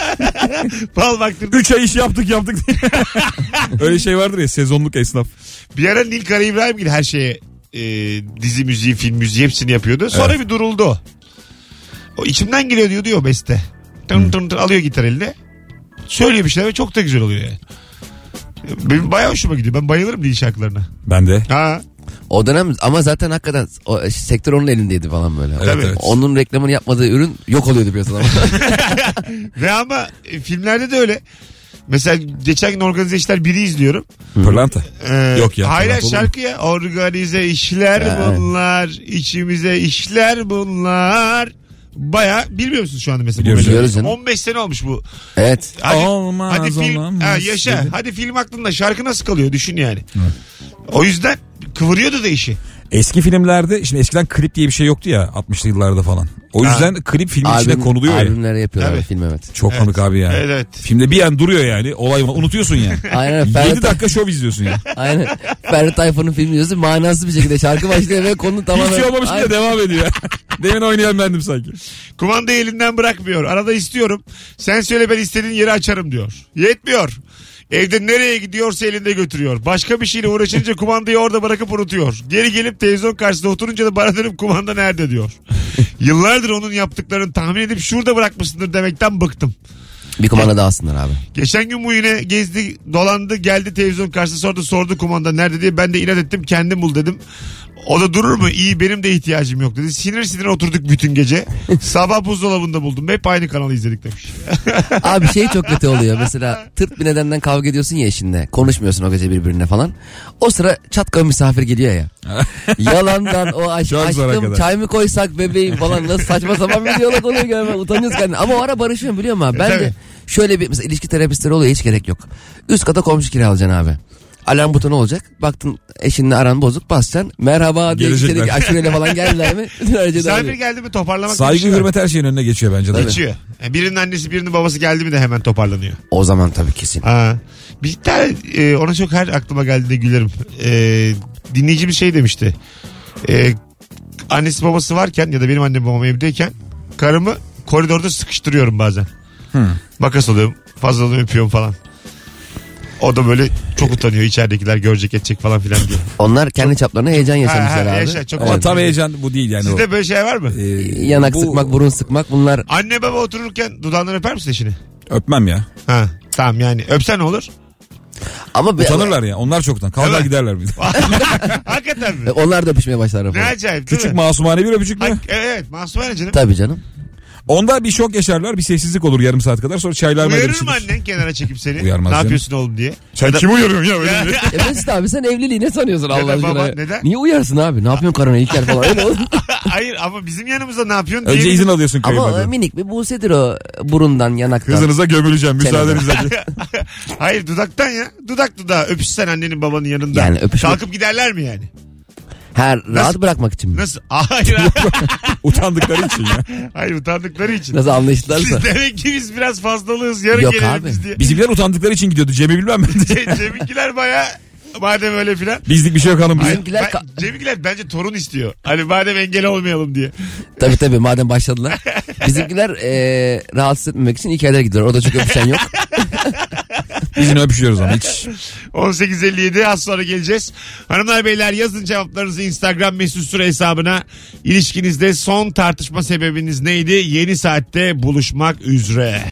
Bal baktırdı. Üç ay iş yaptık yaptık diye. Öyle şey vardır ya, sezonluk esnaf. Bir ara Nilkara İbrahimgil her şeye e, dizi müziği, film müziği hepsini yapıyordu. Sonra Evet. bir duruldu o. O içimden geliyor diyor diyor beste. Tın tın tın alıyor gitar eline. Söylüyor bir şeyler ve çok da güzel oluyor yani. Benim bayağı hoşuma gidiyor. Ben bayılırım Nil şarkılarına. Ben de. Ha. O dönem ama zaten hakikaten o sektör onun elindeydi falan böyle. Evet, Tabii. evet. Onun reklamını yapmadığı ürün yok oluyordu piyasada. Ve ama e, filmlerde de öyle. Mesela geçen gün Organize İşler biri izliyorum. Pırlanta. Ee, Yok ya, Hayır pırlanta olur mu? şarkı ya. Organize işler Ha. bunlar. İçimize işler bunlar. Baya bilmiyor musun şu anda mesela? Biliyoruz. bu melodiyi? Biliyoruz canım. on beş sene olmuş bu. Evet. Hadi, Olmaz, hadi film, olamaz ha, yaşa. dedi. Hadi film aklında şarkı nasıl kalıyor düşün yani. O yüzden kıvırıyordu da işi. Eski filmlerde, şimdi eskiden klip diye bir şey yoktu ya altmışlı yıllarda falan. O yüzden klip filmin içine Albüm, konuluyor ya. albümlere yapıyorlar Tabii. film evet. Çok komik abi ya. Evet, evet. Filmde bir an duruyor yani. Olay unutuyorsun yani. Aynen. yedi Ferdi, dakika şov izliyorsun ya. aynen. Ferdi Tayfur'un filmi izliyorsun manasız bir şekilde şarkı başlıyor ve konu tamamen. Hiç şey olmamış Aynen. bile devam ediyor. Demin oynayan bendim sanki. Kumandayı elinden bırakmıyor. Arada istiyorum. Sen söyle ben istediğin yeri açarım diyor. Yetmiyor. Evde nereye gidiyorsa elinde götürüyor. Başka bir şeyle uğraşınca kumandayı orada bırakıp unutuyor. Geri gelip televizyon karşısında oturunca da bana dönüp kumanda nerede diyor. Yıllardır onun yaptıklarını tahmin edip şurada bırakmışsındır demekten bıktım. Bir kumanda daha alsınlar abi. Geçen gün bu yine gezdi dolandı geldi televizyon karşısında sordu sordu kumanda nerede diye. Ben de inat ettim kendim bul dedim. O da durur mu? İyi benim de ihtiyacım yok dedi. Sinir sinir oturduk bütün gece. Sabah buzdolabında buldum. Hep aynı kanalı izledik demiş. Abi şey çok kötü oluyor. Mesela tırt bir nedenden kavga ediyorsun ya eşinle. Konuşmuyorsun o gece birbirine falan. O sıra çatka misafir geliyor ya. Yalandan o aş- Çok zora aşkım kadar. çay mı koysak bebeğim falan nasıl saçma sapan bir diyalog oluyor görme. Utanıyoruz kendine. Ama o ara barışıyorum biliyor musun abi? Ben Tabii. de şöyle bir mesela ilişki terapistleri oluyor hiç gerek yok. Üst kata komşu kiralayacaksın abi. Alarm butonu olacak. Baktın eşinle aran bozuk basacaksın. Merhaba diye Gelecekler. içerideki aşureyle falan geldiler mi? Misafir geldi mi toparlamak Saygı bir şey var. hürmet her şeyin önüne geçiyor bence de. Geçiyor. Yani birinin annesi birinin babası geldi mi de hemen toparlanıyor. O zaman tabii kesin. Ha. Bir tane e, ona çok her aklıma geldiğinde gülerim. E, dinleyicimiz şey demişti. E, annesi babası varken ya da benim annem babam evdeyken karımı koridorda sıkıştırıyorum bazen. Hmm. Makas alıyorum fazlalığını öpüyorum falan. O da böyle çok utanıyor içeridekiler görecek edecek falan filan diye. Onlar kendi çaplarına heyecan yaşamışlar Ha, ha, abi. yaşa, çok Ama evet. tam heyecan bu değil yani. Sizde o. böyle şey var mı? Ee, Yanak bu- sıkmak, burun sıkmak bunlar. Anne baba otururken dudağından öper misin eşini? Öpmem ya. Ha, tamam yani öpsen ne olur? Ama be- Utanırlar ya. Onlar çoktan. Kalkar Evet. giderler bir de. Hakikaten mi? onlar da öpüşmeye başlar. Ne falan. acayip değil Küçük mi? masumane bir öpücük mü? Hak- evet masumane canım. Tabii canım. Onda bir şok yaşarlar. Bir sessizlik olur yarım saat kadar. Sonra çaylar Uyarır içilir. mı annen kenara çekip seni? Uyarmaz Ne canım. yapıyorsun oğlum diye? Sen kimi uyarıyorsun ya? Öyle Ya- mi? E Mesut abi sen evliliği ne sanıyorsun Allah Neden aşkına? baba, ya? neden? Niye uyarsın abi? Ne yapıyorsun karına İlker falan öyle olur. Hayır ama bizim yanımızda ne yapıyorsun? Önce diye- izin alıyorsun Ama kayınvaliden. minik bir busedir o burundan yanaktan. Kızınıza gömüleceğim müsaadenizle. Hayır dudaktan ya. Dudak dudağa öpüşsen annenin babanın yanında. Yani öpüşmek- Kalkıp giderler mi yani? Her rahat Nasıl- bırakmak için mi? Nasıl? Hayır. Utandıkları için ya. Hayır utandıkları için. Nasıl anlayışlarsa. Siz demek ki biz biraz fazlalığız. Yarın Yok gelelim abi. biz diye. Bizimkiler utandıkları için gidiyordu. Cem'i bilmem ben. Ce- Cem'inkiler baya madem öyle filan. Bizlik bir şey yok hanım. Hayır, Bizim. Bizimkiler ben- ka- Cem'inkiler bence torun istiyor. Hani madem engel olmayalım diye. Tabii tabii madem başladılar. Bizimkiler e, rahatsız etmemek için ilk evlere gidiyorlar. Orada çok öpüşen yok. Biz yine öpüşüyoruz ama hiç. on sekiz elli yedi az sonra geleceğiz. Hanımlar beyler yazın cevaplarınızı Instagram mesut süre hesabına. İlişkinizde son tartışma sebebiniz neydi? Yeni saatte buluşmak üzere.